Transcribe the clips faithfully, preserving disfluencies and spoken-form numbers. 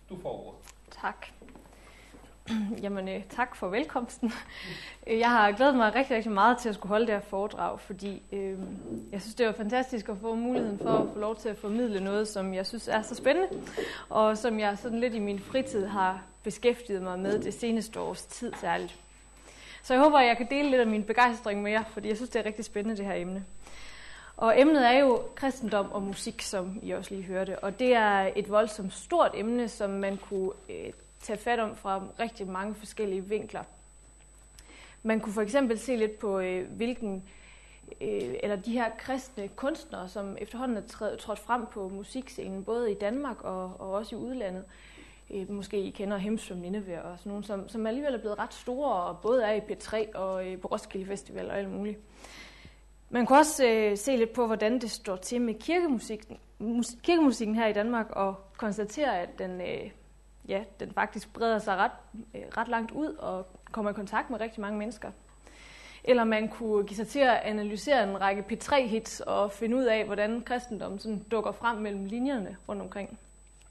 Du får ordet. Tak. Jamen, øh, tak for velkomsten. Jeg har glædet mig rigtig, rigtig meget til at skulle holde det her foredrag, fordi øh, jeg synes, det var fantastisk at få muligheden for at få lov til at formidle noget, som jeg synes er så spændende, og som jeg sådan lidt i min fritid har beskæftiget mig med det seneste års tid særligt. Så jeg håber, at jeg kan dele lidt af min begejstring med jer, fordi jeg synes, det er rigtig spændende, det her emne. Og emnet er jo kristendom og musik, som I også lige hørte, og det er et voldsomt stort emne, som man kunne øh, tage fat om fra rigtig mange forskellige vinkler. Man kunne for eksempel se lidt på, øh, hvilken, øh, eller de her kristne kunstnere, som efterhånden er trådt frem på musikscenen, både i Danmark og, og også i udlandet. Øh, måske I kender Hemstrøm, Nineveh og sådan nogle, som, som alligevel er blevet ret store, og både er i P tre og øh, på Roskilde Festival og alt muligt. Man kunne også øh, se lidt på, hvordan det står til med kirkemusikken, mus, kirkemusikken her i Danmark, og konstatere, at den, øh, ja, den faktisk breder sig ret, øh, ret langt ud og kommer i kontakt med rigtig mange mennesker. Eller man kunne give sig til at analysere en række P tre hits og finde ud af, hvordan kristendommen sådan dukker frem mellem linjerne rundt omkring.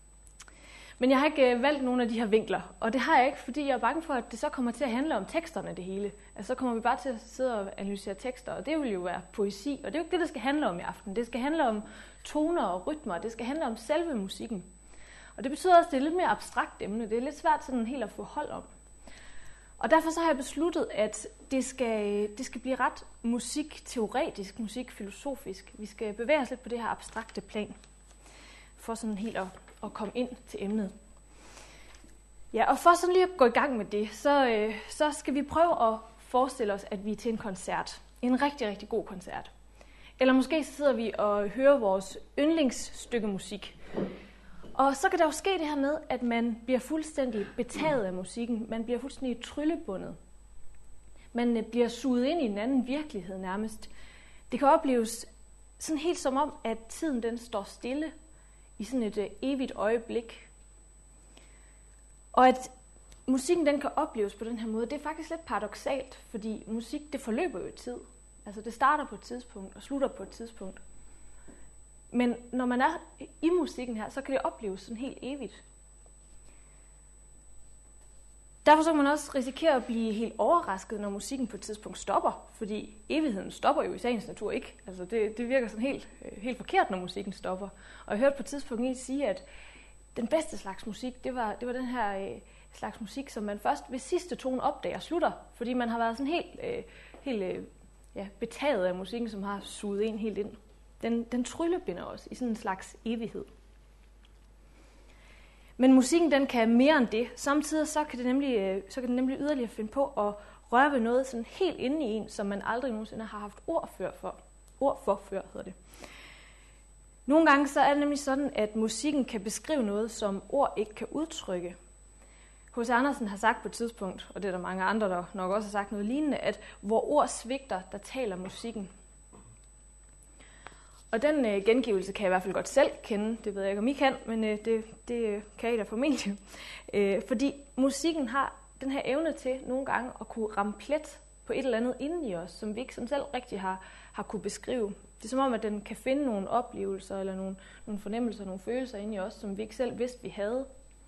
Men jeg har ikke øh, valgt nogle af de her vinkler, og det har jeg ikke, fordi jeg er bange for, at det så kommer til at handle om teksterne det hele. Altså så kommer vi bare til at sidde og analysere tekster, og det vil jo være poesi, og det er jo ikke det, det skal handle om i aften. Det skal handle om toner og rytmer, det skal handle om selve musikken. Og det betyder også, at det er et lidt mere abstrakt emne, det er lidt svært sådan helt at få hold om. Og derfor så har jeg besluttet, at det skal, det skal blive ret musikteoretisk, musikfilosofisk. Vi skal bevæge os lidt på det her abstrakte plan, for sådan helt at og komme ind til emnet. Ja, og for sådan lige at gå i gang med det, så, øh, så skal vi prøve at forestille os, at vi er til en koncert. En rigtig, rigtig god koncert. Eller måske så sidder vi og hører vores yndlingsstykke musik. Og så kan der jo ske det her med, at man bliver fuldstændig betaget af musikken. Man bliver fuldstændig tryllebundet. Man bliver suget ind i en anden virkelighed nærmest. Det kan opleves sådan helt som om, at tiden den står stille i sådan et uh, evigt øjeblik. Og at musikken den kan opleves på den her måde, det er faktisk lidt paradoksalt, fordi musik det forløber jo i tid. Altså det starter på et tidspunkt og slutter på et tidspunkt. Men når man er i musikken her, så kan det opleves sådan helt evigt. Derfor så kan man også risikere at blive helt overrasket, når musikken på et tidspunkt stopper, fordi evigheden stopper jo i sagens natur ikke. Altså det, det virker sådan helt, helt forkert, når musikken stopper. Og jeg hørte på et tidspunkt en sige, at den bedste slags musik, det var, det var den her øh, slags musik, som man først ved sidste tone opdager slutter, fordi man har været sådan helt, øh, helt øh, ja, betaget af musikken, som har suget en helt ind. Den, den tryllebinder os i sådan en slags evighed. Men musikken den kan mere end det. Samtidig så kan det nemlig, så kan det nemlig yderligere finde på at røre ved noget sådan helt inde i en, som man aldrig nogensinde har haft ord for. for. Ord for før hedder det. Nogle gange så er det nemlig sådan, at musikken kan beskrive noget, som ord ikke kan udtrykke. H C Andersen har sagt på et tidspunkt, og det er der mange andre, der nok også har sagt noget lignende, at hvor ord svigter, der taler musikken. Og den øh, gengivelse kan jeg i hvert fald godt selv kende. Det ved jeg ikke, om I kan, men øh, det, det kan I da formentlig. Øh, fordi musikken har den her evne til nogle gange at kunne ramme plet på et eller andet inden i os, som vi ikke sådan selv rigtig har, har kunne beskrive. Det er som om, at den kan finde nogle oplevelser, eller nogle, nogle fornemmelser, nogle følelser inde i os, som vi ikke selv vidste, vi havde.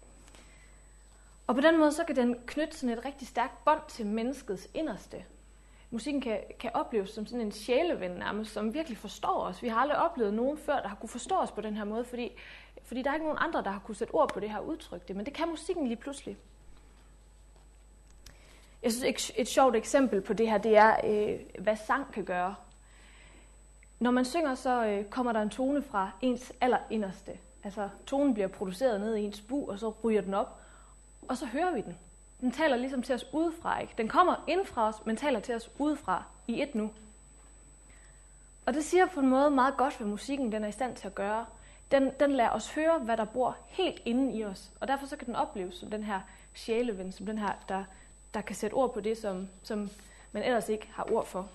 Og på den måde, så kan den knytte sådan et rigtig stærkt bånd til menneskets inderste. Musikken kan, kan opleves som sådan en sjæleven nærmest, som virkelig forstår os. Vi har aldrig oplevet nogen før, der har kunne forstå os på den her måde, fordi, fordi der er ikke nogen andre, der har kunne sætte ord på det her udtryk. Det, men det kan musikken lige pludselig. Jeg synes, et, et sjovt eksempel på det her, det er, øh, hvad sang kan gøre. Når man synger, så øh, kommer der en tone fra ens allerinderste. Altså, tonen bliver produceret ned i ens bug, og så ryger den op, og så hører vi den. Den taler ligesom til os udefra, ikke? Den kommer ind fra os, men taler til os udefra i et nu. Og det siger på en måde meget godt, hvad musikken den er i stand til at gøre. Den, den lader os høre, hvad der bor helt inde i os. Og derfor så kan den opleves som den her sjæleven, som den her, der, der kan sætte ord på det, som, som man ellers ikke har ord for.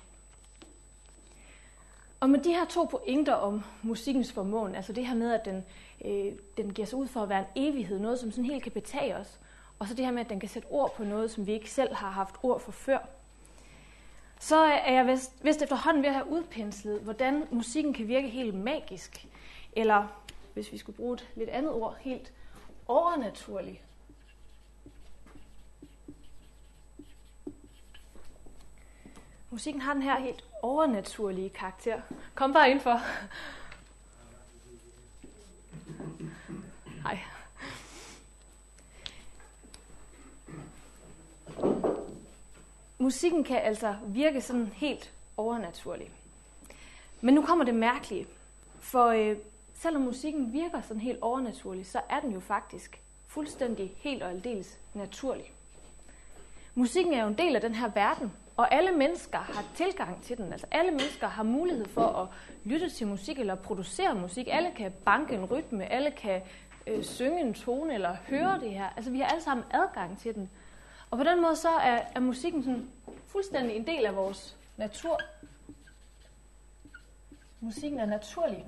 Og med de her to pointer om musikkens formåen, altså det her med, at den, øh, den giver sig ud for at være en evighed, noget som sådan helt kan betage os, og så det her med, at den kan sætte ord på noget, som vi ikke selv har haft ord for før, så er jeg vist, vist efterhånden ved at have udpenslet, hvordan musikken kan virke helt magisk, eller hvis vi skulle bruge et lidt andet ord, helt overnaturlig. Musikken har den her helt overnaturlige karakter. Kom bare indenfor. Hej. Musikken kan altså virke sådan helt overnaturlig. Men nu kommer det mærkelige. For øh, selvom musikken virker sådan helt overnaturlig, så er den jo faktisk fuldstændig helt og aldeles naturlig. Musikken er jo en del af den her verden, og alle mennesker har tilgang til den. Altså alle mennesker har mulighed for at lytte til musik eller producere musik. Alle kan banke en rytme, alle kan øh, synge en tone eller høre det her. Altså vi har alle sammen adgang til den. Og på den måde så er, er musikken sådan fuldstændig en del af vores natur. Musikken er naturlig.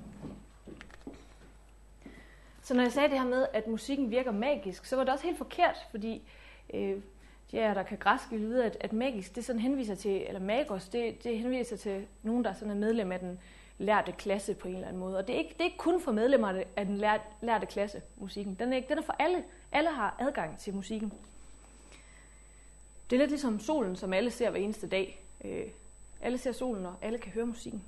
Så når jeg sagde det her med, at musikken virker magisk, så var det også helt forkert, fordi øh, ja, der kan græsk vil vide, at, at magisk, det sådan henviser til, eller magos, det, det henviser til nogen, der sådan er medlem af den lærte klasse på en eller anden måde. Og det er ikke, det er ikke kun for medlemmer af den lærte, lærte klasse, musikken. Den er, ikke, den er for alle. Alle har adgang til musikken. Det er lidt ligesom solen, som alle ser hver eneste dag. Øh, alle ser solen, og alle kan høre musikken.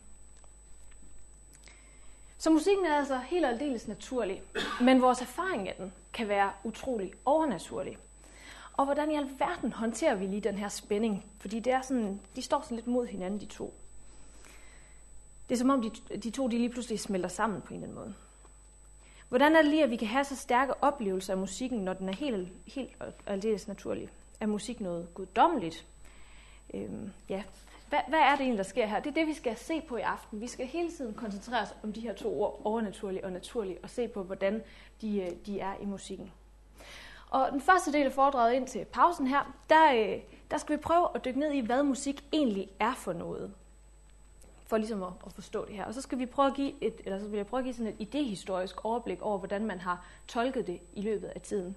Så musikken er altså helt og aldeles naturlig, men vores erfaring af den kan være utrolig overnaturlig. Og hvordan i alverden håndterer vi lige den her spænding? Fordi det er sådan, de står sådan lidt mod hinanden, de to. Det er som om, de, de to de lige pludselig smelter sammen på en eller anden måde. Hvordan er det lige, at vi kan have så stærke oplevelser af musikken, når den er helt, helt og aldeles naturlig? Er musik noget guddommeligt? Øhm, ja. Hvad, hvad er det egentlig, der sker her? Det er det, vi skal se på i aften. Vi skal hele tiden koncentrere os om de her to ord, overnaturlig og naturlig, og se på, hvordan de, de er i musikken. Og den første del af foredraget ind til pausen her, der, der skal vi prøve at dykke ned i, hvad musik egentlig er for noget. For ligesom at, at forstå det her. Og så skal vi prøve at give et, eller så vil jeg prøve at give sådan et idehistorisk overblik over, hvordan man har tolket det i løbet af tiden.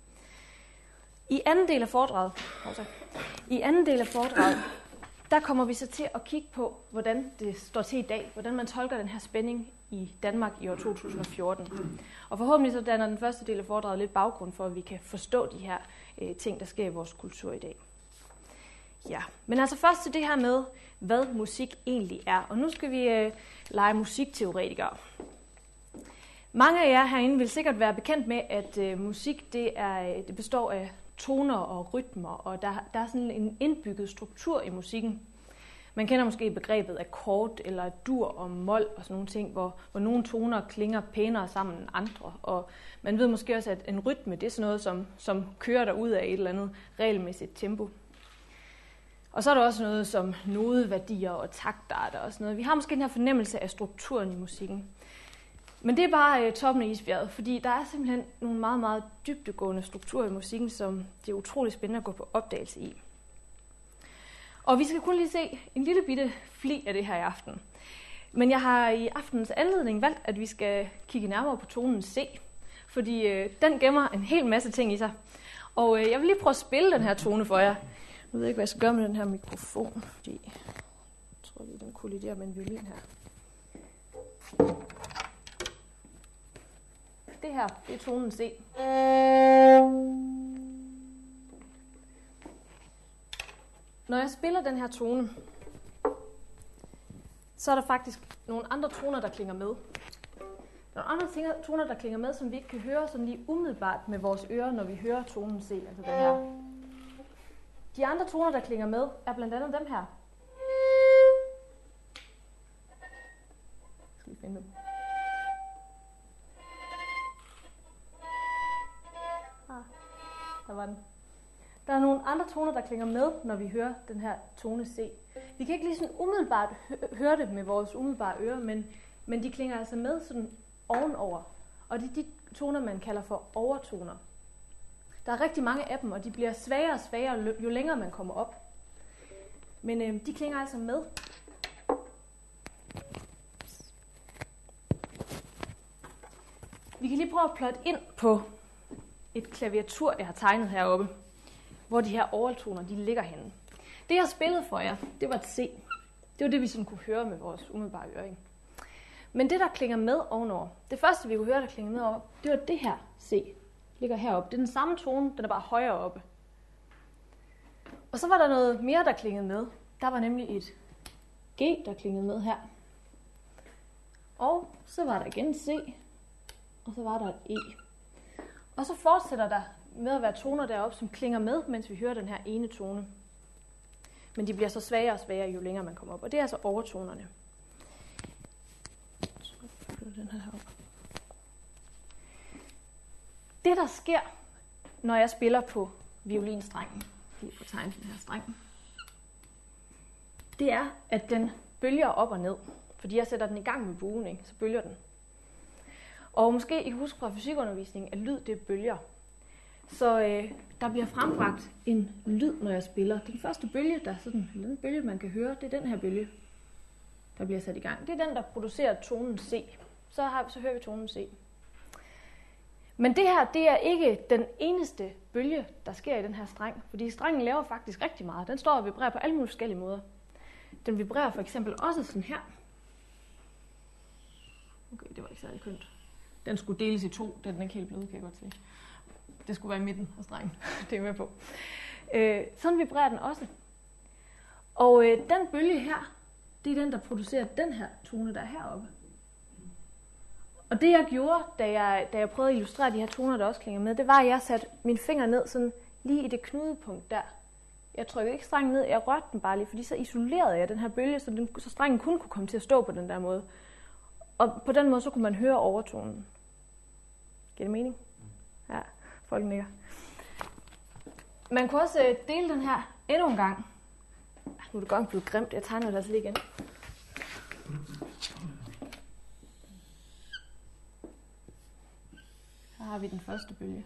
I anden del af foredraget, altså, i anden del af foredraget, der kommer vi så til at kigge på, hvordan det står til i dag, hvordan man tolker den her spænding i Danmark i år to tusind og fjorten. Og forhåbentlig så danner den første del af foredraget lidt baggrund for, at vi kan forstå de her øh, ting, der sker i vores kultur i dag. Ja, men altså først til det her med, hvad musik egentlig er. Og nu skal vi øh, lege musikteoretikere. Mange af jer herinde vil sikkert være bekendt med, at øh, musik det er, det består af toner og rytmer, og der, der er sådan en indbygget struktur i musikken. Man kender måske begrebet akkord eller dur og mol og sådan nogle ting, hvor, hvor nogle toner klinger pænere sammen end andre. Og man ved måske også, at en rytme det er sådan noget, som, som kører der ud af et eller andet regelmæssigt tempo. Og så er der også noget som nodeværdier og taktarter og sådan noget. Vi har måske den her fornemmelse af strukturen i musikken. Men det er bare øh, toppen af isbjerget, fordi der er simpelthen nogle meget, meget dybdegående strukturer i musikken, som det er utrolig spændende at gå på opdagelse i. Og vi skal kun lige se en lille bitte fli af det her i aften. Men jeg har i aftenens anledning valgt, at vi skal kigge nærmere på tonen C, fordi øh, den gemmer en hel masse ting i sig. Og øh, jeg vil lige prøve at spille den her tone for jer. Jeg ved ikke, hvad jeg skal gøre med den her mikrofon, fordi jeg tror lige, den kolliderer med en violin her. Det her, det er tonen C. Når jeg spiller den her tone, så er der faktisk nogle andre toner, der klinger med. Nogle andre toner, der klinger med, som vi ikke kan høre sådan lige umiddelbart med vores ører, når vi hører tonen C, altså den her. De andre toner, der klinger med, er blandt andet dem her. Skal vi finde dem? Ah, der var den. Der er nogle andre toner, der klinger med, når vi hører den her tone C. Vi kan ikke lige sådan umiddelbart hø- høre det med vores umiddelbare ører, men, men de klinger altså med sådan ovenover. Og det er de toner, man kalder for overtoner. Der er rigtig mange af dem, og de bliver svagere og svagere, jo længere man kommer op. Men øh, de klinger altså med. Vi kan lige prøve at plotte ind på et klaviatur, jeg har tegnet heroppe, hvor de her overtoner, de ligger henne. Det, jeg spillede for jer, det var et C. Det var det, vi sådan kunne høre med vores umiddelbare øring. Men det, der klinger med ovenover, det første, vi kunne høre, der klingede med over, det var det her C. ligger heroppe. Det er den samme tone, den er bare højere oppe. Og så var der noget mere, der klingede med. Der var nemlig et G, der klingede med her. Og så var der igen et C, og så var der et E. Og så fortsætter der med at være toner deroppe, som klinger med, mens vi hører den her ene tone. Men de bliver så svagere og svagere, jo længere man kommer op. Og det er altså overtonerne. Så den her heroppe. Det, der sker, når jeg spiller på violinstrengen, lige på tegne den her streng, det er, at den bølger op og ned. Fordi jeg sætter den i gang med buen, ikke? Så bølger den. Og måske I kan huske fra fysikundervisningen, at lyd det er bølger. Så øh, der bliver frembragt en lyd, når jeg spiller. Den første bølge, der er sådan, den bølge, man kan høre, det er den her bølge, der bliver sat i gang. Det er den, der producerer tonen C. Så, har, så hører vi tonen C. Men det her, det er ikke den eneste bølge, der sker i den her streng. Fordi strengen laver faktisk rigtig meget. Den står og vibrerer på alle mulige forskellige måder. Den vibrerer for eksempel også sådan her. Okay, det var ikke særlig kønt. Den skulle deles i to. Det er den ikke helt blevet, kan jeg godt se. Det skulle være i midten af strengen. Det er jeg med på. Øh, sådan vibrerer den også. Og øh, den bølge her, det er den, der producerer den her tone, der er heroppe. Og det jeg gjorde, da jeg, da jeg prøvede at illustrere de her toner, der også klinger med, det var, at jeg satte min finger ned sådan lige i det knudepunkt der. Jeg trykkede ikke strengen ned, jeg rørte den bare lige, fordi så isolerede jeg den her bølge, så, den, så strengen kun kunne komme til at stå på den der måde. Og på den måde, så kunne man høre overtonen. Giver det mening? Ja, folk nikker. Man kunne også dele den her endnu en gang. Nu er det godt blevet grimt, jeg tegner det altså lige igen. Her har vi den første bølge.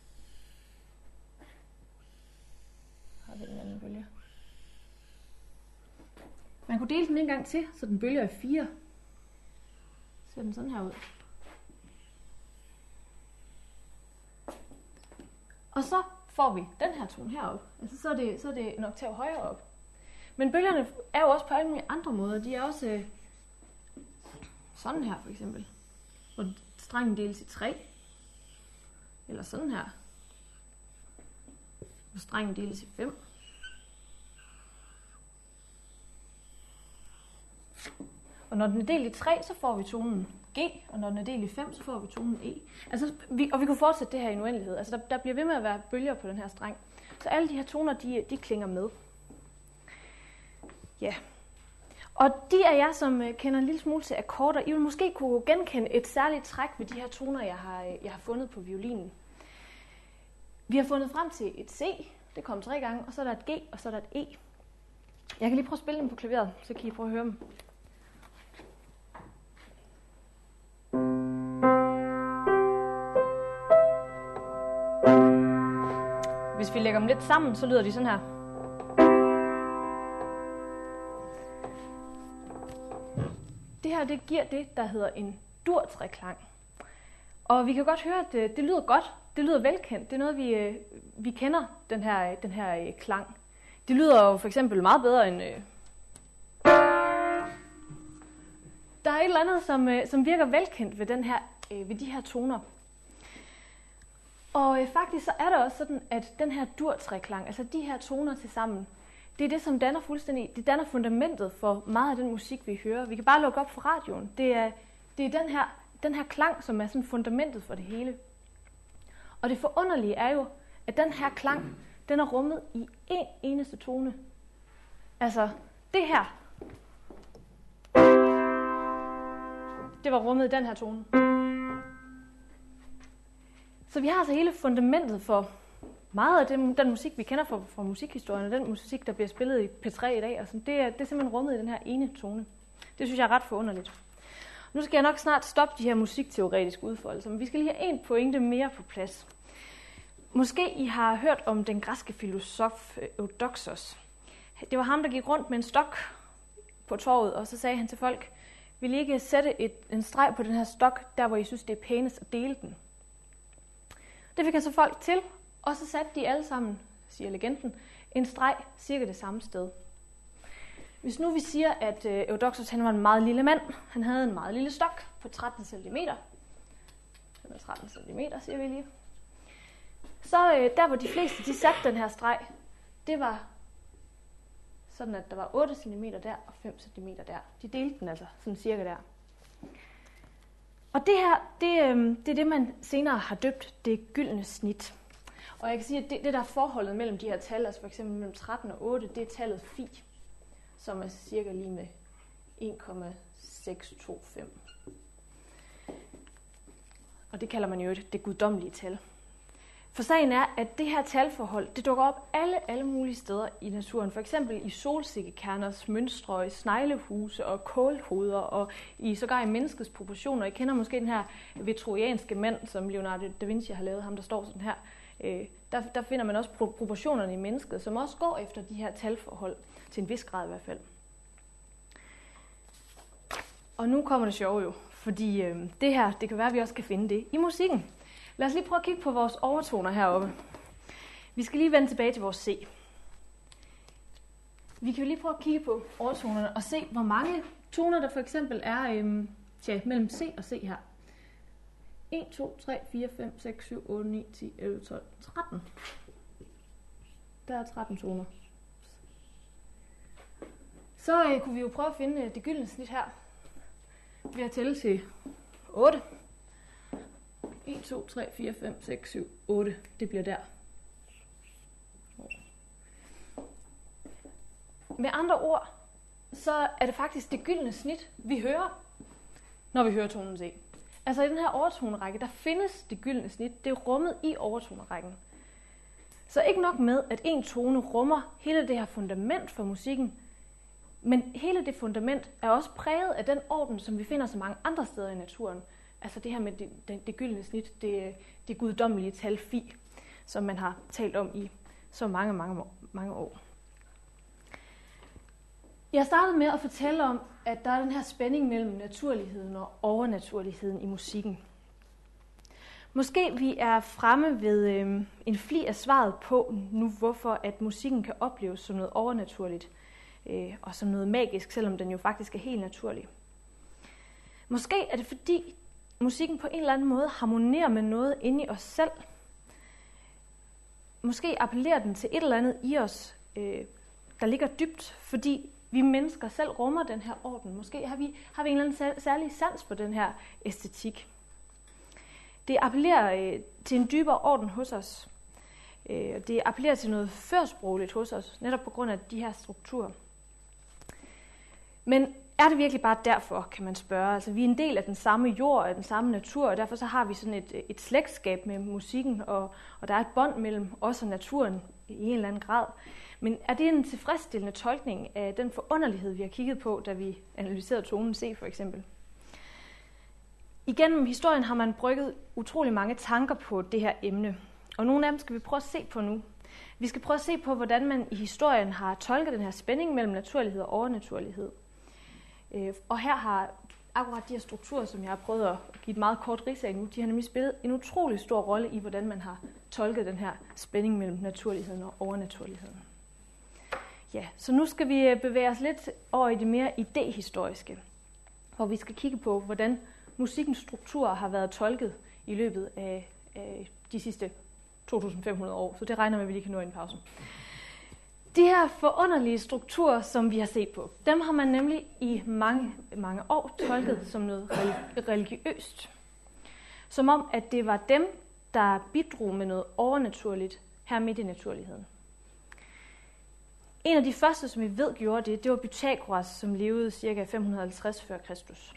Her har vi den anden bølge. Man kunne dele den en gang til, så den bølger i fire. Ser den sådan her ud. Og så får vi den her tone heroppe. Altså så er det, så er det en oktav højere op. Men bølgerne er jo også på alle mulige andre måder. De er også øh, sådan her for eksempel. Hvor strengen deles i tre. Eller sådan her. Hvor strengen deles i fem. Og når den er delt i tre, så får vi tonen G, og når den er delt i fem, så får vi tonen E. Altså, vi, og vi kunne fortsætte det her i en uendelighed. Altså, der, der bliver ved med at være bølger på den her streng. Så alle de her toner, de, de klinger med. Ja. Og de af jer, som kender en lille smule til akkorder, I vil måske kunne genkende et særligt træk ved de her toner, jeg har, jeg har fundet på violinen. Vi har fundet frem til et C, det kom tre gange, og så er der et G, og så er der et E. Jeg kan lige prøve at spille dem på klaveret, så kan I prøve at høre dem. Hvis vi lægger dem lidt sammen, så lyder de sådan her. Det her, det giver det, der hedder en dur-treklang. Og vi kan godt høre, at det, det lyder godt. Det lyder velkendt. Det er noget, vi, vi kender, den her, den her klang. Det lyder jo for eksempel meget bedre end... Øh... Der er et eller andet, som, som virker velkendt ved, den her, øh, ved de her toner. Og øh, faktisk så er det også sådan, at den her dur-treklang, altså de her toner til sammen, det er det, som danner fuldstændig, det danner fundamentet for meget af den musik, vi hører. Vi kan bare lukke op for radioen. Det er, det er den, her, den her klang, som er sådan fundamentet for det hele. Og det forunderlige er jo, at den her klang, den er rummet i én eneste tone. Altså, det her, det var rummet i den her tone. Så vi har altså hele fundamentet for meget af den, den musik, vi kender fra, fra musikhistorien, og den musik, der bliver spillet i P tre i dag, altså, det, er, det er simpelthen rummet i den her ene tone. Det synes jeg er ret forunderligt. Nu skal jeg nok snart stoppe de her musikteoretiske udfoldelser, men vi skal lige have en pointe mere på plads. Måske I har hørt om den græske filosof Eudoxos. Det var ham, der gik rundt med en stok på torvet, og så sagde han til folk, vil I ikke sætte et, en streg på den her stok, der hvor I synes, det er pænest at dele den? Det fik han så folk til, og så satte de alle sammen, siger legenden, en streg cirka det samme sted. Hvis nu vi siger, at Eudoxos han var en meget lille mand, han havde en meget lille stok på tretten centimeter, tretten centimeter siger vi lige, øh, der hvor de fleste de satte den her streg, det var sådan, at der var otte centimeter der og fem centimeter der. De delte den altså sådan cirka der. Og det her, det, øh, det er det, man senere har døbt det gyldne snit. Og jeg kan sige, at det, det der er forholdet mellem de her tal, altså for eksempel mellem tretten og otte, det er tallet phi, som er cirka lige med en komma seks to fem. Og det kalder man jo det guddommelige tal. For sagen er, at det her talforhold, det dukker op alle, alle mulige steder i naturen. For eksempel i solsikkekerners mønstre, i sneglehuse og kålhoveder, og i sågar i menneskets proportioner. I kender måske den her vitruvianske mand, som Leonardo da Vinci har lavet, ham der står sådan her. Der, der finder man også proportionerne i mennesket, som også går efter de her talforhold, til en vis grad i hvert fald. Og nu kommer det sjove jo, fordi øh, det her, det kan være, at vi også kan finde det i musikken. Lad os lige prøve at kigge på vores overtoner heroppe. Vi skal lige vende tilbage til vores C. Vi kan lige prøve at kigge på overtonerne og se, hvor mange toner der for eksempel er øh, tja, mellem C og C her. en, to, tre, fire, fem, seks, syv, otte, ni, ti, elleve, tolv, tretten. Der er tretten toner. Så øh, kunne vi jo prøve at finde øh, det gyldne snit her. Ved at tælle til otte. en, to, tre, fire, fem, seks, syv, otte. Det bliver der. Med andre ord, så er det faktisk det gyldne snit, vi hører, når vi hører tonen C. Altså i den her overtonerække, der findes det gyldne snit. Det er rummet i overtonerækken. Så ikke nok med, at en tone rummer hele det her fundament for musikken, men hele det fundament er også præget af den orden, som vi finder så mange andre steder i naturen. Altså det her med det, det, det gyldne snit, det, det guddommelige tal phi, som man har talt om i så mange, mange, mange år. Jeg startede med at fortælle om, at der er den her spænding mellem naturligheden og overnaturligheden i musikken. Måske vi er fremme ved øh, en fli af svaret på nu, hvorfor at musikken kan opleves som noget overnaturligt øh, og som noget magisk, selvom den jo faktisk er helt naturlig. Måske er det fordi musikken på en eller anden måde harmonerer med noget inde i os selv. Måske appellerer den til et eller andet i os, øh, der ligger dybt, fordi vi mennesker selv rummer den her orden. Måske har vi, har vi en eller anden særlig sans for den her æstetik. Det appellerer øh, til en dybere orden hos os. Øh, det appellerer til noget førsprogligt hos os, netop på grund af de her strukturer. Men er det virkelig bare derfor, kan man spørge? Altså, vi er en del af den samme jord og den samme natur, og derfor så har vi sådan et, et slægtskab med musikken, og, og der er et bånd mellem os og naturen i en eller anden grad. Men er det en tilfredsstillende tolkning af den forunderlighed, vi har kigget på, da vi analyserede tonen C for eksempel? Igennem historien har man brygget utrolig mange tanker på det her emne, og nogle af dem skal vi prøve at se på nu. Vi skal prøve at se på, hvordan man i historien har tolket den her spænding mellem naturlighed og overnaturlighed. Og her har akkurat de her strukturer, som jeg har prøvet at give et meget kort rids af nu, de har nemlig spillet en utrolig stor rolle i, hvordan man har tolket den her spænding mellem naturligheden og overnaturligheden. Ja, så nu skal vi bevæge os lidt over i det mere idehistoriske, hvor vi skal kigge på, hvordan musikkens strukturer har været tolket i løbet af, af de sidste to tusind fem hundrede år. Så det regner med, at vi lige kan nå en pause. De her forunderlige strukturer, som vi har set på, dem har man nemlig i mange, mange år tolket som noget religiøst. Som om, at det var dem, der bidrog med noget overnaturligt her midt i naturligheden. En af de første, som vi ved gjorde det, det var Pythagoras, som levede ca. fem hundrede og halvtreds før Kristus.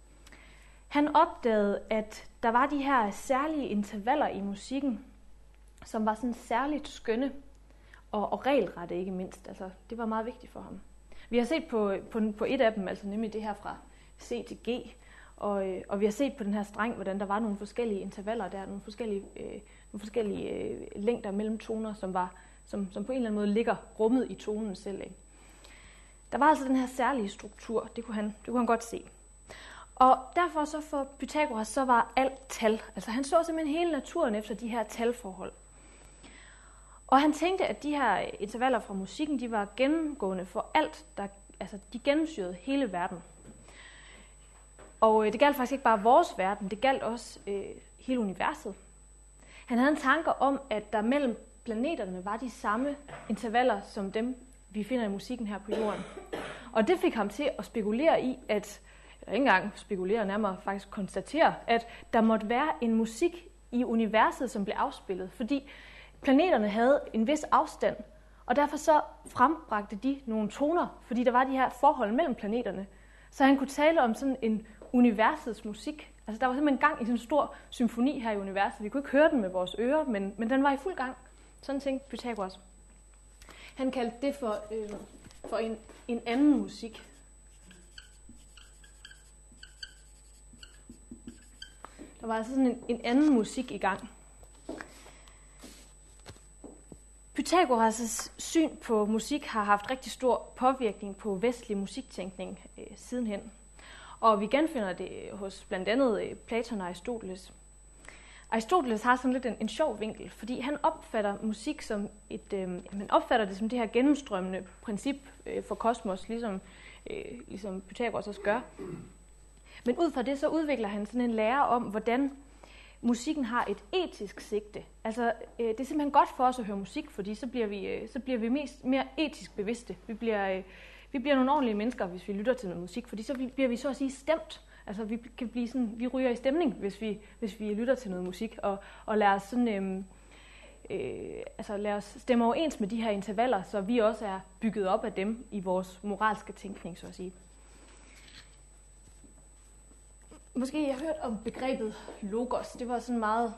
Han opdagede, at der var de her særlige intervaller i musikken, som var sådan særligt skønne og, og regelrette ikke mindst. Altså, det var meget vigtigt for ham. Vi har set på, på, på et af dem, altså nemlig det her fra C til G, og, og vi har set på den her streng, hvordan der var nogle forskellige intervaller der, nogle forskellige, øh, nogle forskellige øh, længder mellem toner, som, var, som, som på en eller anden måde ligger rummet i tonen selv. Ikke? Der var altså den her særlige struktur, det kunne han, det kunne han godt se. Og derfor så for Pythagoras, så var alt tal. Altså han så simpelthen hele naturen efter de her talforhold. Og han tænkte, at de her intervaller fra musikken, de var gennemgående for alt, der, altså de gennemsyrede hele verden. Og øh, det galt faktisk ikke bare vores verden, det galt også øh, hele universet. Han havde en tanke om, at der mellem planeterne var de samme intervaller, som dem, vi finder i musikken her på jorden. Og det fik ham til at spekulere i, at, eller ikke engang spekulere, nærmere faktisk konstatere, at der måtte være en musik i universet, som blev afspillet, fordi planeterne havde en vis afstand, og derfor så frembragte de nogle toner, fordi der var de her forhold mellem planeterne. Så han kunne tale om sådan en universets musik. Altså der var simpelthen gang i sådan en stor symfoni her i universet. Vi kunne ikke høre den med vores ører, men, men den var i fuld gang. Sådan tænkte Pythagoras. Han kaldte det for, øh, for en, en anden musik. Der var altså sådan en, en anden musik i gang. Pythagoras' syn på musik har haft rigtig stor påvirkning på vestlig musiktænkning øh, sidenhen. Og vi genfinder det hos blandt andet øh, Platon og Aristoteles. Aristoteles har sådan lidt en, en sjov vinkel, fordi han opfatter musik som et, øh, man opfatter det som det her gennemstrømmende princip øh, for kosmos, ligesom, øh, ligesom Pythagoras også gør. Men ud fra det så udvikler han sådan en lære om, hvordan musikken har et etisk sigte. Altså, øh, det er simpelthen godt for os at høre musik, fordi så bliver vi, øh, så bliver vi mest, mere etisk bevidste. Vi bliver, øh, vi bliver nogle ordentlige mennesker, hvis vi lytter til noget musik, fordi så bliver vi så at sige stemt. Altså, vi kan blive sådan, vi ryger i stemning, hvis vi, hvis vi lytter til noget musik, og, og lader os sådan, øh, øh, altså lad os stemme overens med de her intervaller, så vi også er bygget op af dem i vores moralske tænkning, så at sige. Måske jeg har hørt om begrebet logos. Det var sådan meget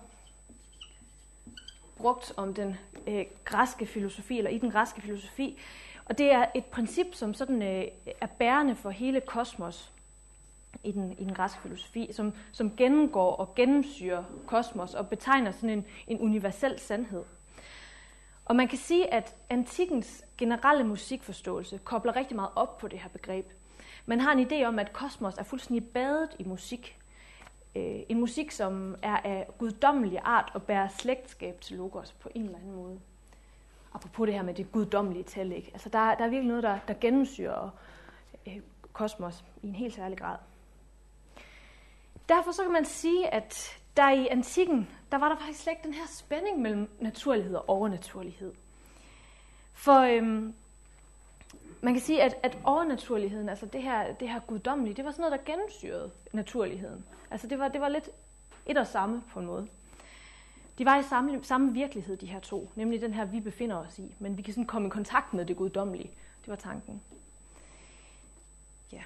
brugt om den øh, græske filosofi, eller i den græske filosofi. Og det er et princip, som sådan øh, er bærende for hele kosmos i den, i den græske filosofi, som, som gennemgår og gennemsyrer kosmos og betegner sådan en, en universel sandhed. Og man kan sige, at antikkens generelle musikforståelse kobler rigtig meget op på det her begreb. Man har en idé om, at kosmos er fuldstændig badet i musik. Øh, en musik, som er af guddommelig art og bærer slægtskab til logos på en eller anden måde. Apropos det her med det guddommelige tal, ikke? Altså der, der er virkelig noget, der, der gennemsyrer øh, kosmos i en helt særlig grad. Derfor så kan man sige, at der i antikken, der var der faktisk slet ikke den her spænding mellem naturlighed og overnaturlighed. For øhm, man kan sige, at, at overnaturligheden, altså det her, det her guddommelige, det var sådan noget, der gennemsyrede naturligheden. Altså det var, det var lidt et og samme på en måde. De var i samme, samme virkelighed, de her to, nemlig den her, vi befinder os i, men vi kan sådan komme i kontakt med det guddommelige. Det var tanken. Ja.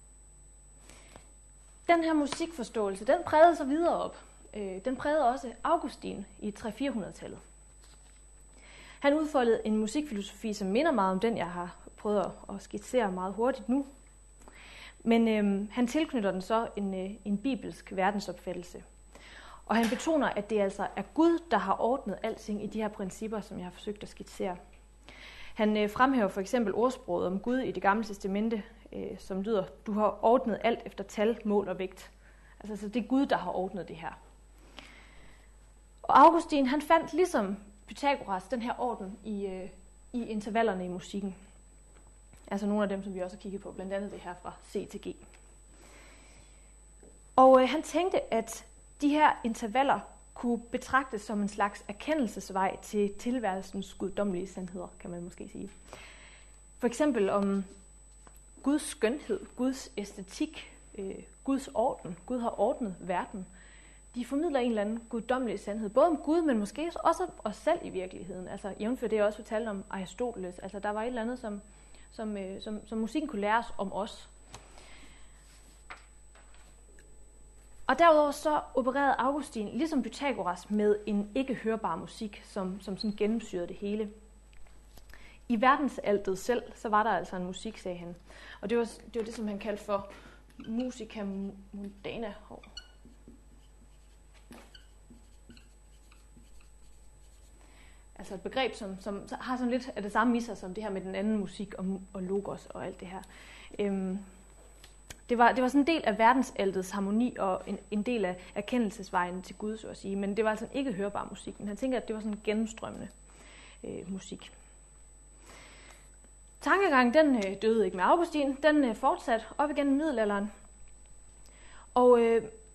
Den her musikforståelse, den prægede sig videre op. Øh, den prægede også Augustin i tre fire hundrede-tallet. Han udfoldede en musikfilosofi, som minder meget om den, jeg har prøvet at skitsere meget hurtigt nu. Men øh, han tilknytter den så en, øh, en bibelsk verdensopfattelse. Og han betoner, at det altså er Gud, der har ordnet alting i de her principper, som jeg har forsøgt at skitsere. Han øh, fremhæver for eksempel ordsproget om Gud i Det Gamle Testamente, øh, som lyder, du har ordnet alt efter tal, mål og vægt. Altså så det er Gud, der har ordnet det her. Og Augustin, han fandt ligesom Pythagoras den her orden i, øh, i intervallerne i musikken. Altså nogle af dem, som vi også har kigget på, blandt andet det her fra C til G. Og øh, han tænkte, at de her intervaller kunne betragtes som en slags erkendelsesvej til tilværelsens guddommelige sandheder, kan man måske sige. For eksempel om Guds skønhed, Guds æstetik, øh, Guds orden. Gud har ordnet verden. De formidler en eller anden guddommelig sandhed, både om Gud, men måske også os selv i virkeligheden. Altså jævnfør det, jeg også fortalte om Aristoteles. Altså der var et eller andet, som, som, øh, som, som musikken kunne lære os om os. Og derudover så opererede Augustin, ligesom Pythagoras, med en ikke hørbar musik, som, som sådan gennemsyrede det hele. I verdensaltet selv, så var der altså en musik, sagde han. Og det var det, var det som han kaldte for musica mundana. Altså et begreb, som, som har sådan lidt af det samme i sig, som det her med den anden musik og, og logos og alt det her. Øhm, Det var, det var sådan en del af verdensaltets harmoni og en, en del af erkendelsesvejen til Gud, så at sige. Men det var altså ikke hørbar musik. Men han tænker, at det var sådan en gennemstrømmende øh, musik. Tankegangen, den øh, døde ikke med Augustin. Den øh, fortsatte op igennem middelalderen. Og øh,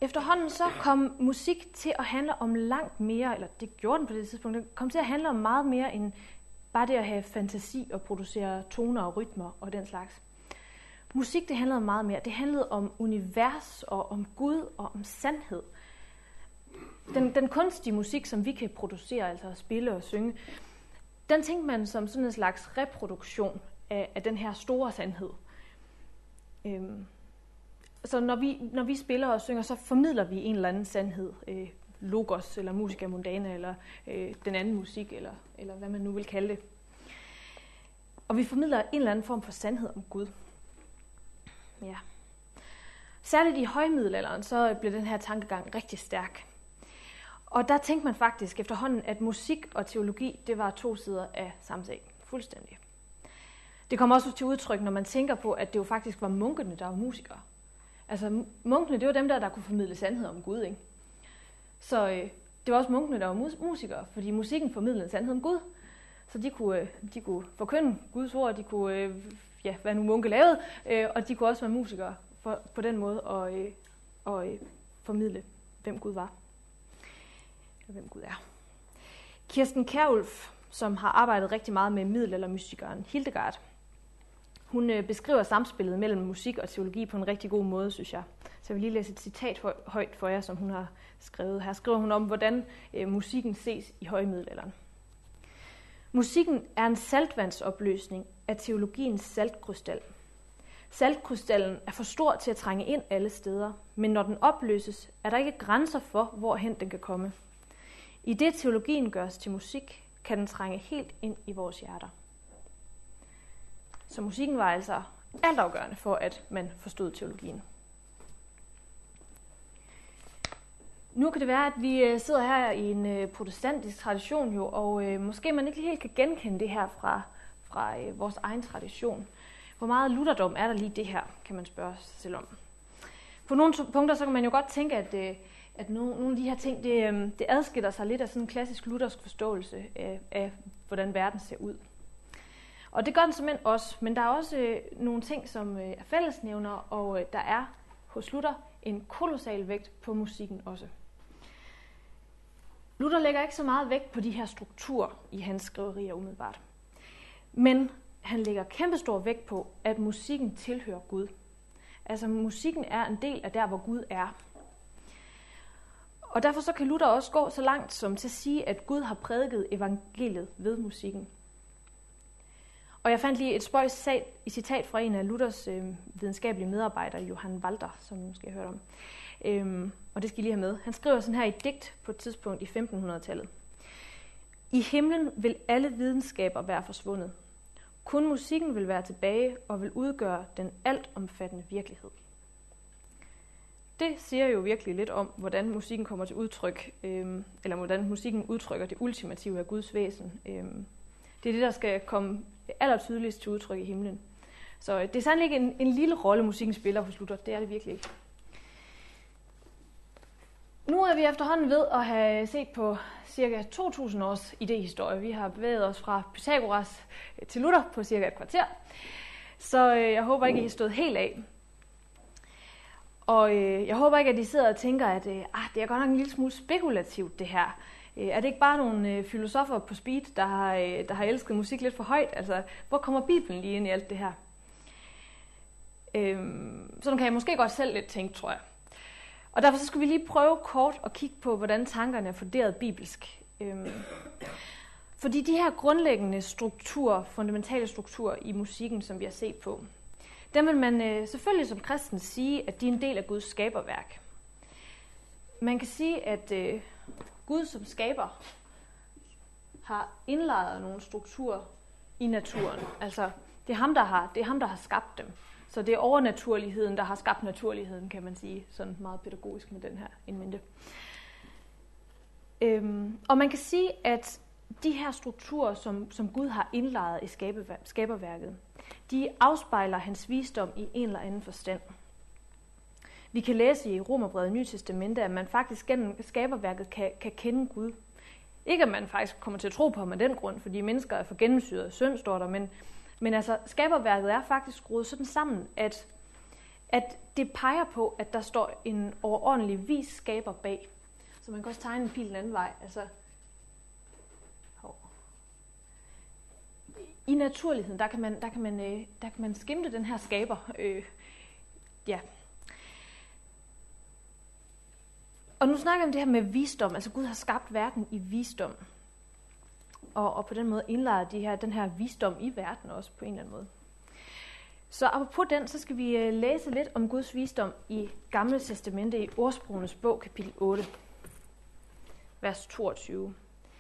efterhånden så kom musik til at handle om langt mere, eller det gjorde den på det tidspunkt, det kom til at handle om meget mere end bare det at have fantasi og producere toner og rytmer og den slags. Musik, det handlede om meget mere. Det handlede om univers og om Gud og om sandhed. Den, den kunstige musik, som vi kan producere, altså at spille og synge, den tænkte man som sådan en slags reproduktion af, af den her store sandhed. Øhm, så når vi, når vi spiller og synger, så formidler vi en eller anden sandhed. Øh, logos, eller musica mundana, eller øh, den anden musik, eller, eller hvad man nu vil kalde det. Og vi formidler en eller anden form for sandhed om Gud. Ja. Særligt i højmiddelalderen, så blev den her tankegang rigtig stærk. Og der tænkte man faktisk efterhånden, at musik og teologi, det var to sider af samme sag. Fuldstændig. Det kommer også til udtryk, når man tænker på, at det jo faktisk var munkene, der var musikere. Altså munkene, det var dem der, der kunne formidle sandhed om Gud, ikke? Så øh, det var også munkene, der var mus- musikere, fordi musikken formidlede en sandhed om Gud. Så de kunne, øh, de kunne forkynde Guds ord, de kunne, øh, ja, hvad nu munke lavede, øh, og de kunne også være musikere for, på den måde og, øh, og øh, formidle, hvem Gud var. Og hvem Gud er. Kirsten Kjærulf, som har arbejdet rigtig meget med middelaldermystikeren Hildegard, hun øh, beskriver samspillet mellem musik og teologi på en rigtig god måde, synes jeg. Så jeg vil lige læse et citat for, højt for jer, som hun har skrevet. Her skriver hun om, hvordan øh, musikken ses i højmiddelalderen. Musikken er en saltvandsopløsning af teologiens saltkrystal. Saltkrystallen er for stor til at trænge ind alle steder, men når den opløses, er der ikke grænser for, hvorhen den kan komme. I det teologien gøres til musik, kan den trænge helt ind i vores hjerter. Så musikken var altså altafgørende for, at man forstod teologien. Nu kan det være, at vi sidder her i en protestantisk tradition, jo, og øh, måske man ikke helt kan genkende det her fra, fra øh, vores egen tradition. Hvor meget lutherdom er der lige det her, kan man spørge sig selv om. På nogle punkter så kan man jo godt tænke, at, øh, at nogle, nogle af de her ting, det, øh, det adskiller sig lidt af sådan en klassisk luthersk forståelse af, af, hvordan verden ser ud. Og det gør den simpelthen også, men der er også øh, nogle ting, som øh, er fællesnævner, og øh, der er hos Luther en kolossal vægt på musikken også. Luther lægger ikke så meget vægt på de her strukturer i hans skriverier umiddelbart. Men han lægger kæmpestor vægt på, at musikken tilhører Gud. Altså musikken er en del af der, hvor Gud er. Og derfor så kan Luther også gå så langt som til at sige, at Gud har prædiket evangeliet ved musikken. Og jeg fandt lige et spøjs citat fra en af Luthers øh, videnskabelige medarbejdere, Johann Walter, som I måske har hørt om. Øhm, og det skal I lige have med. Han skriver sådan her i et digt på et tidspunkt i femtenhundredetallet. I himlen vil alle videnskaber være forsvundet. Kun musikken vil være tilbage og vil udgøre den altomfattende virkelighed. Det siger jo virkelig lidt om, hvordan musikken kommer til udtryk, øhm, eller hvordan musikken udtrykker det ultimative af Guds væsen. Øhm, det er det, der skal komme allertydeligst til udtryk i himlen. Så det er sandelig ikke en, en lille rolle, musikken spiller hos Luther. Det er det virkelig ikke. Nu er vi efterhånden ved at have set på cirka to tusind års idéhistorie. Vi har bevæget os fra Pythagoras til Luther på cirka et kvarter. Så jeg håber ikke, at I har stået helt af. Og jeg håber ikke, at I sidder og tænker, at ah, det er godt nok en lille smule spekulativt det her. Er det ikke bare nogle filosofer på speed, der har, der har elsket musik lidt for højt? Altså, hvor kommer Bibelen lige ind i alt det her? Øhm, sådan kan jeg måske godt selv lidt tænke, tror jeg. Og derfor så skal vi lige prøve kort at kigge på, hvordan tankerne er funderet bibelsk. Øhm, fordi de her grundlæggende strukturer, fundamentale strukturer i musikken, som vi har set på, dem vil man øh, selvfølgelig som kristen sige, at de er en del af Guds skaberværk. Man kan sige, at øh, Gud som skaber har indlejret nogle strukturer i naturen. Altså, det er ham, der har, det er ham, der har skabt dem. Så det er overnaturligheden, der har skabt naturligheden, kan man sige, sådan meget pædagogisk med den her in mente. Øhm, og man kan sige, at de her strukturer, som, som Gud har indlejret i skaberværket, de afspejler hans visdom i en eller anden forstand. Vi kan læse i Romerbrevet Nye Testamente, at man faktisk gennem skaberværket kan, kan kende Gud. Ikke at man faktisk kommer til at tro på ham af den grund, fordi mennesker er for gennemsyret af synd, står der, men, men altså skaberværket er faktisk skruet sådan sammen, at, at det peger på, at der står en overordentlig vis skaber bag. Så man kan også tegne en pil den anden vej. Altså, i naturligheden, der kan man, der kan man, øh, der kan man skimte den her skaber. Øh, ja. Og nu snakker vi om det her med visdom. Altså Gud har skabt verden i visdom. Og, og på den måde indlejret de her, den her visdom i verden også på en eller anden måde. Så apropos den, så skal vi øh, læse lidt om Guds visdom i Gamle Testamente i Ordsprogenes bog, kapitel otte, vers toogtyve.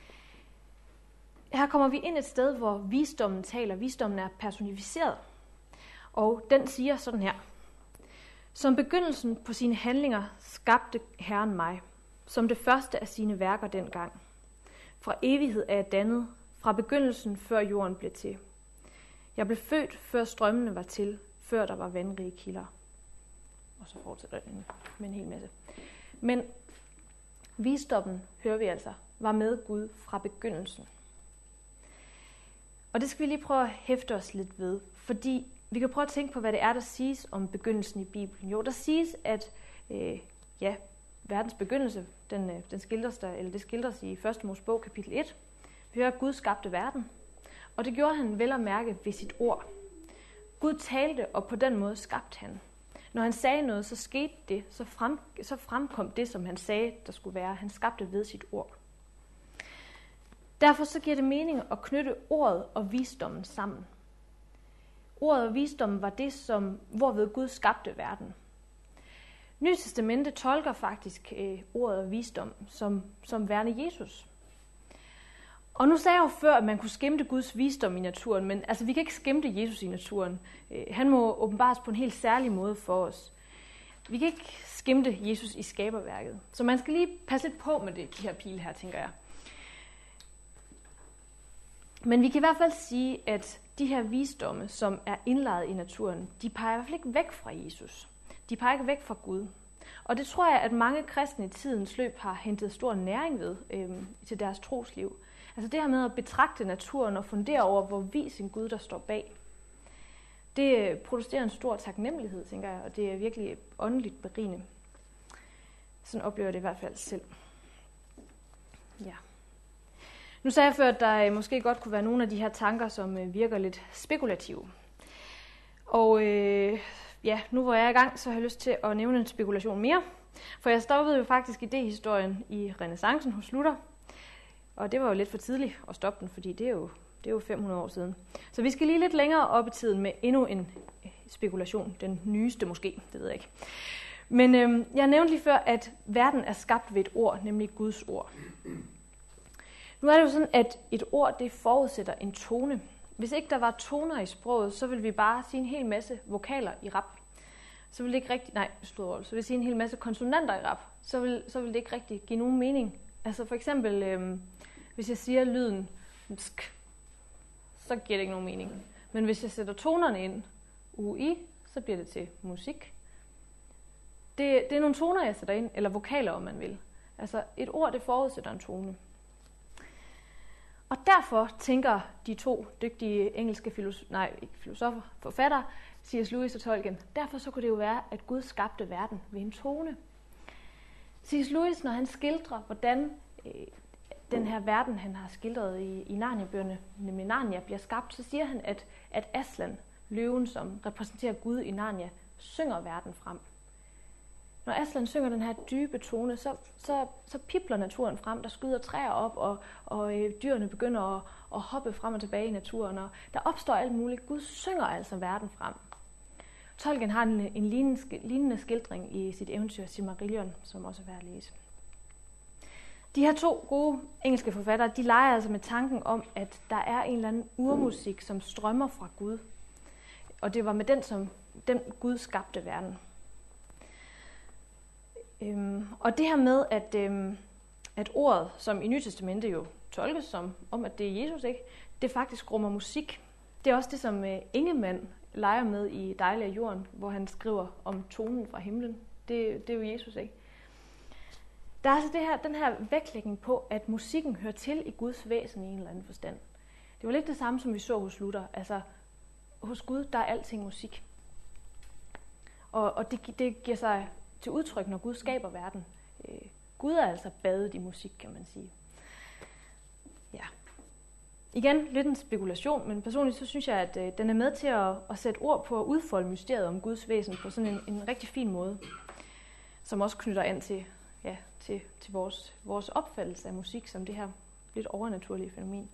Her kommer vi ind et sted, hvor visdommen taler. Visdommen er personificeret. Og den siger sådan her. Som begyndelsen på sine handlinger skabte Herren mig, som det første af sine værker dengang. Fra evighed er jeg dannet, fra begyndelsen før jorden blev til. Jeg blev født, før strømmene var til, før der var vandrige kilder. Og så fortsætter den med en hel masse. Men visdommen, hører vi altså, var med Gud fra begyndelsen. Og det skal vi lige prøve at hæfte os lidt ved, fordi vi kan prøve at tænke på, hvad det er, der siges om begyndelsen i Bibelen. Jo, der siges, at øh, ja, verdens begyndelse, den, øh, den skildres der, eller det skildres i første Mosebog kapitel et. Vi hører, at Gud skabte verden, og det gjorde han vel at mærke ved sit ord. Gud talte, og på den måde skabte han. Når han sagde noget, så skete det, så, frem, så fremkom det, som han sagde, der skulle være. Han skabte ved sit ord. Derfor så giver det mening at knytte ordet og visdommen sammen. Ordet og visdommen var det, som, hvorved Gud skabte verden. Nye Testamente tolker faktisk øh, ordet og visdom som, som værende Jesus. Og nu sagde jeg jo før, at man kunne skimte Guds visdom i naturen, men altså, vi kan ikke skimte Jesus i naturen. Øh, han må åbenbares på en helt særlig måde for os. Vi kan ikke skimte Jesus i skaberværket. Så man skal lige passe lidt på med det, de her pile her, tænker jeg. Men vi kan i hvert fald sige, at de her visdomme, som er indlejret i naturen, de peger i hvert fald ikke væk fra Jesus. De peger ikke væk fra Gud. Og det tror jeg, at mange kristne i tidens løb har hentet stor næring ved øhm, til deres trosliv. Altså det her med at betragte naturen og fundere over, hvor vis en Gud, der står bag. Det producerer en stor taknemmelighed, tænker jeg, og det er virkelig åndeligt berigende. Sådan oplever jeg det i hvert fald selv. Ja. Nu sagde jeg før, at der måske godt kunne være nogle af de her tanker, som virker lidt spekulative. Og øh, ja, nu hvor jeg er i gang, så har jeg lyst til at nævne en spekulation mere. For jeg stoppede jo faktisk idéhistorien i renæssancen hos Luther. Og det var jo lidt for tidligt at stoppe den, fordi det er jo, det er jo fem hundrede år siden. Så vi skal lige lidt længere op i tiden med endnu en spekulation. Den nyeste måske, det ved jeg ikke. Men øh, jeg nævnte lige før, at verden er skabt ved et ord, nemlig Guds ord. Nu er det jo sådan, at et ord, det forudsætter en tone. Hvis ikke der var toner i sproget, så ville vi bare sige en hel masse vokaler i rap. Så ville det ikke rigtig, nej, så vil sige en hel masse konsonanter i rap. Så vil, så vil det ikke rigtig give nogen mening. Altså for eksempel, øhm, hvis jeg siger lyden sk, så giver det ikke nogen mening. Men hvis jeg sætter tonerne ind, ui, så bliver det til musik. Det, det er nogle toner, jeg sætter ind, eller vokaler, om man vil. Altså et ord, det forudsætter en tone. Og derfor tænker de to dygtige engelske filosofer, nej, ikke filosofer, forfattere, C S Lewis og Tolkien, derfor så kunne det jo være, at Gud skabte verden ved en tone. C S Lewis, når han skildrer, hvordan øh, den her verden, han har skildret i, i Narnia-bøgerne, nemlig Narnia, bliver skabt, så siger han, at, at Aslan, løven, som repræsenterer Gud i Narnia, synger verden frem. Når Aslan synger den her dybe tone, så, så, så pipler naturen frem. Der skyder træer op, og, og øh, dyrene begynder at, at hoppe frem og tilbage i naturen. Og der opstår alt muligt. Gud synger altså verden frem. Tolkien har en, en lignende, lignende skildring i sit eventyr Silmarillion, som også er værd at læse. De her to gode engelske forfattere, de leger altså med tanken om, at der er en eller anden urmusik, som strømmer fra Gud. Og det var med den, som den Gud skabte verden. Øhm, og det her med, at, øhm, at ordet, som i Nye Testamente jo tolkes som, om at det er Jesus, ikke? Det faktisk rummer musik. Det er også det, som øh, Ingemann leger med i Dejlig af jorden, hvor han skriver om tonen fra himlen. Det, det er jo Jesus, ikke? Der er altså det her, den her vægtlægning på, at musikken hører til i Guds væsen i en eller anden forstand. Det var lidt det samme, som vi så hos Luther. Altså, hos Gud, der er alting musik. Og, og det, det giver sig til udtryk, når Gud skaber verden. Øh, Gud er altså badet i musik, kan man sige. Ja. Igen, lidt en spekulation, men personligt så synes jeg, at øh, den er med til at, at sætte ord på at udfolde mysteriet om Guds væsen på sådan en, en rigtig fin måde, som også knytter an til, ja, til, til vores, vores opfattelse af musik som det her lidt overnaturlige fænomen.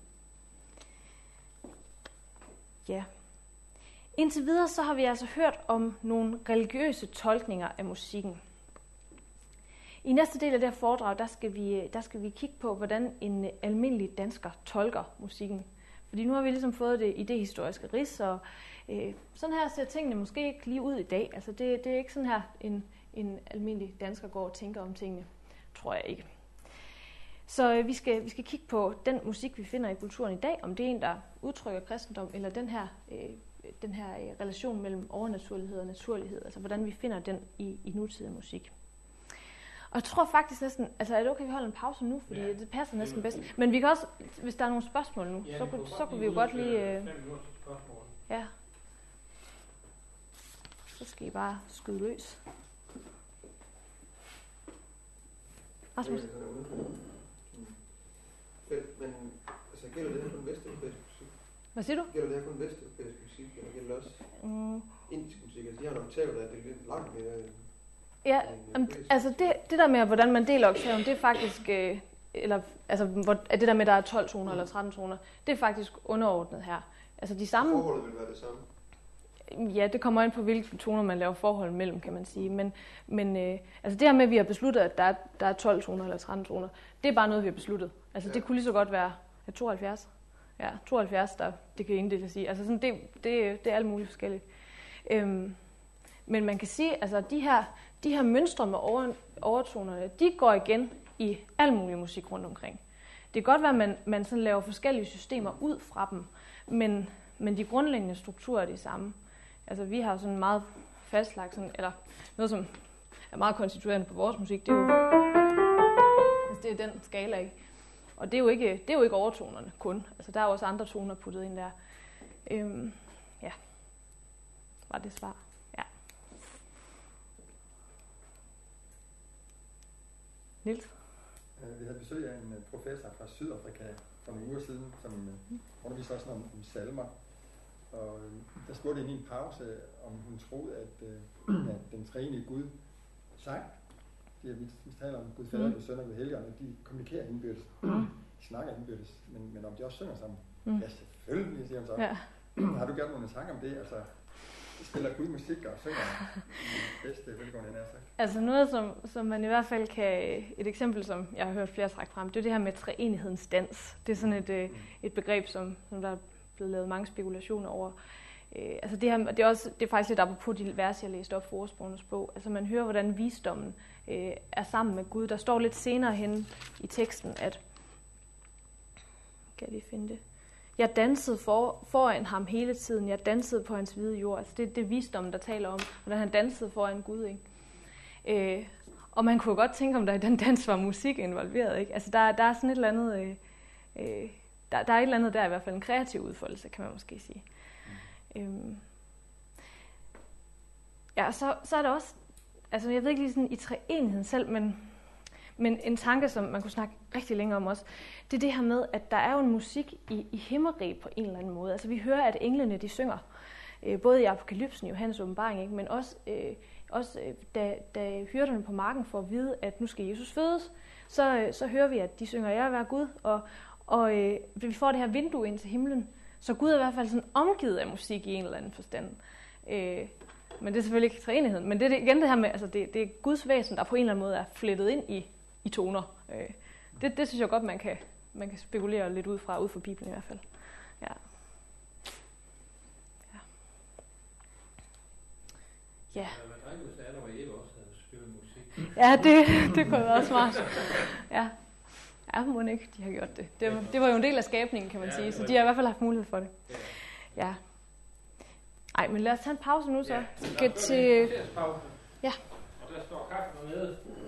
Ja. Indtil videre så har vi altså hørt om nogle religiøse tolkninger af musikken. I næste del af det her foredrag, der skal vi, der skal vi kigge på, hvordan en almindelig dansker tolker musikken. Fordi nu har vi ligesom fået det idehistoriske rids, og øh, sådan her ser tingene måske ikke lige ud i dag. Altså det, det er ikke sådan her, en, en almindelig dansker går og tænker om tingene. Tror jeg ikke. Så øh, vi, skal, vi skal kigge på den musik, vi finder i kulturen i dag, om det er en, der udtrykker kristendom, eller den her, øh, den her øh, relation mellem overnaturlighed og naturlighed, altså hvordan vi finder den i, i nutidig musik. Og jeg tror faktisk næsten, altså er det okay, vi holder en pause nu, fordi ja, det passer næsten bedst. Men vi kan også, hvis der er nogle spørgsmål nu, ja, så, kunne, så kunne vi jo godt lige... Øh, ja. Så skal I bare skyde løs. Rasmus? Men altså, gælder det her kun vesteuropæisk musik? Hvad siger du? Gælder det her kun vesteuropæisk musik, eller gælder det også mm. indisk musik? Altså, de har nok taget, at det er lidt langt mere... Ja, altså det, det der med, hvordan man deler oktaven, det er faktisk, øh, eller altså hvor, det der med, der er tolv toner eller tretten toner, det er faktisk underordnet her. Altså de samme... Forholdet vil være det samme? Ja, det kommer ind på, hvilke toner man laver forhold mellem, kan man sige. Men, men øh, altså det her med, at vi har besluttet, at der er, der er tolv toner eller tretten toner, det er bare noget, vi har besluttet. Altså ja. Det kunne lige så godt være ja, tooghalvfjerds. Ja, tooghalvfjerds, der, det kan ingen det sige. Altså sådan, det, det, det er alt muligt forskelligt. Øhm, men man kan sige, altså de her... De her mønstre med over, overtonerne, de går igen i al mulig musik rundt omkring. Det kan godt være, at man, man sådan laver forskellige systemer ud fra dem, men, men de grundlæggende strukturer er de samme. Altså vi har sådan meget fastlagt, sådan, eller noget som er meget konstituerende på vores musik, det er jo altså det er den skala, ikke? Og det er jo ikke, det er jo ikke overtonerne kun. Altså der er også andre toner puttet ind der. Øhm, ja, var det svar. Niels? Vi havde besøg af en professor fra Sydafrika for nogle uger siden, som underviste også om, om salmer. Og der spurgte jeg i min pause, om hun troede, at, at den treenige Gud sang. De, vi taler om Gud Fader, Gud Søn og Gud Helligånd, og de kommunikerer indbyrdes. De snakker indbyrdes, men, men om de også synger sammen. Mm. Ja, selvfølgelig, siger hun så. Ja. Har du gjort nogle tanker om det? Altså, spiller Gud musik og synger bedste velgående, nær sagt. Altså noget, som, som man i hvert fald kan... Et eksempel, som jeg har hørt flere trække frem, det er det her med treenighedens dans. Det er sådan et, mm. et begreb, som, som der er blevet lavet mange spekulationer over. Øh, altså det, her, det, er også, det er faktisk lidt apropos de vers, jeg læste op for Ordsprogenes bog. Altså man hører, hvordan visdommen øh, er sammen med Gud. Der står lidt senere hen i teksten, at... Kan jeg lige finde det? Jeg dansede for, foran ham hele tiden. Jeg dansede på hans hvide jord. Altså det, det er visdommen, der taler om, hvordan han dansede foran Gud. Ikke? Øh, og man kunne godt tænke, om der i den dans var musik involveret. Ikke? Altså der, der er sådan et eller andet... Øh, øh, der, der er et eller andet der, i hvert fald en kreativ udfoldelse, kan man måske sige. Mm. Øhm. Ja, så, så er der også... Altså jeg ved ikke lige sådan i treenigheden selv, men... Men en tanke, som man kunne snakke rigtig længe om også, det er det her med, at der er jo en musik i, i himmerig på en eller anden måde. Altså vi hører, at englene de synger, øh, både i Apokalypsen, i Johannes åbenbaring, ikke? Men også, øh, også øh, da, da hyrderne på marken får at vide, at nu skal Jesus fødes, så, øh, så hører vi, at de synger, jeg er hver Gud, og, og øh, vi får det her vindue ind til himlen. Så Gud er i hvert fald sådan omgivet af musik i en eller anden forstand. Øh, men det er selvfølgelig ikke treenigheden. Men det er det, igen det her med, altså det, det er Guds væsen, der på en eller anden måde er flettet ind i i toner. Øh, det, det synes jeg godt, man kan, man kan spekulere lidt ud fra, ud fra Bibelen i hvert fald. Ja. Ja. Ja. Ja, det, det kunne være smart. Ja. Ja, må ikke, de har gjort det. Det, det var jo en del af skabningen, kan man sige, så de har i hvert fald haft mulighed for det. Ja. Ej, men lad os tage en pause nu så. Ja, Skal til... Ja. Ja. Og der står kaffe dernede.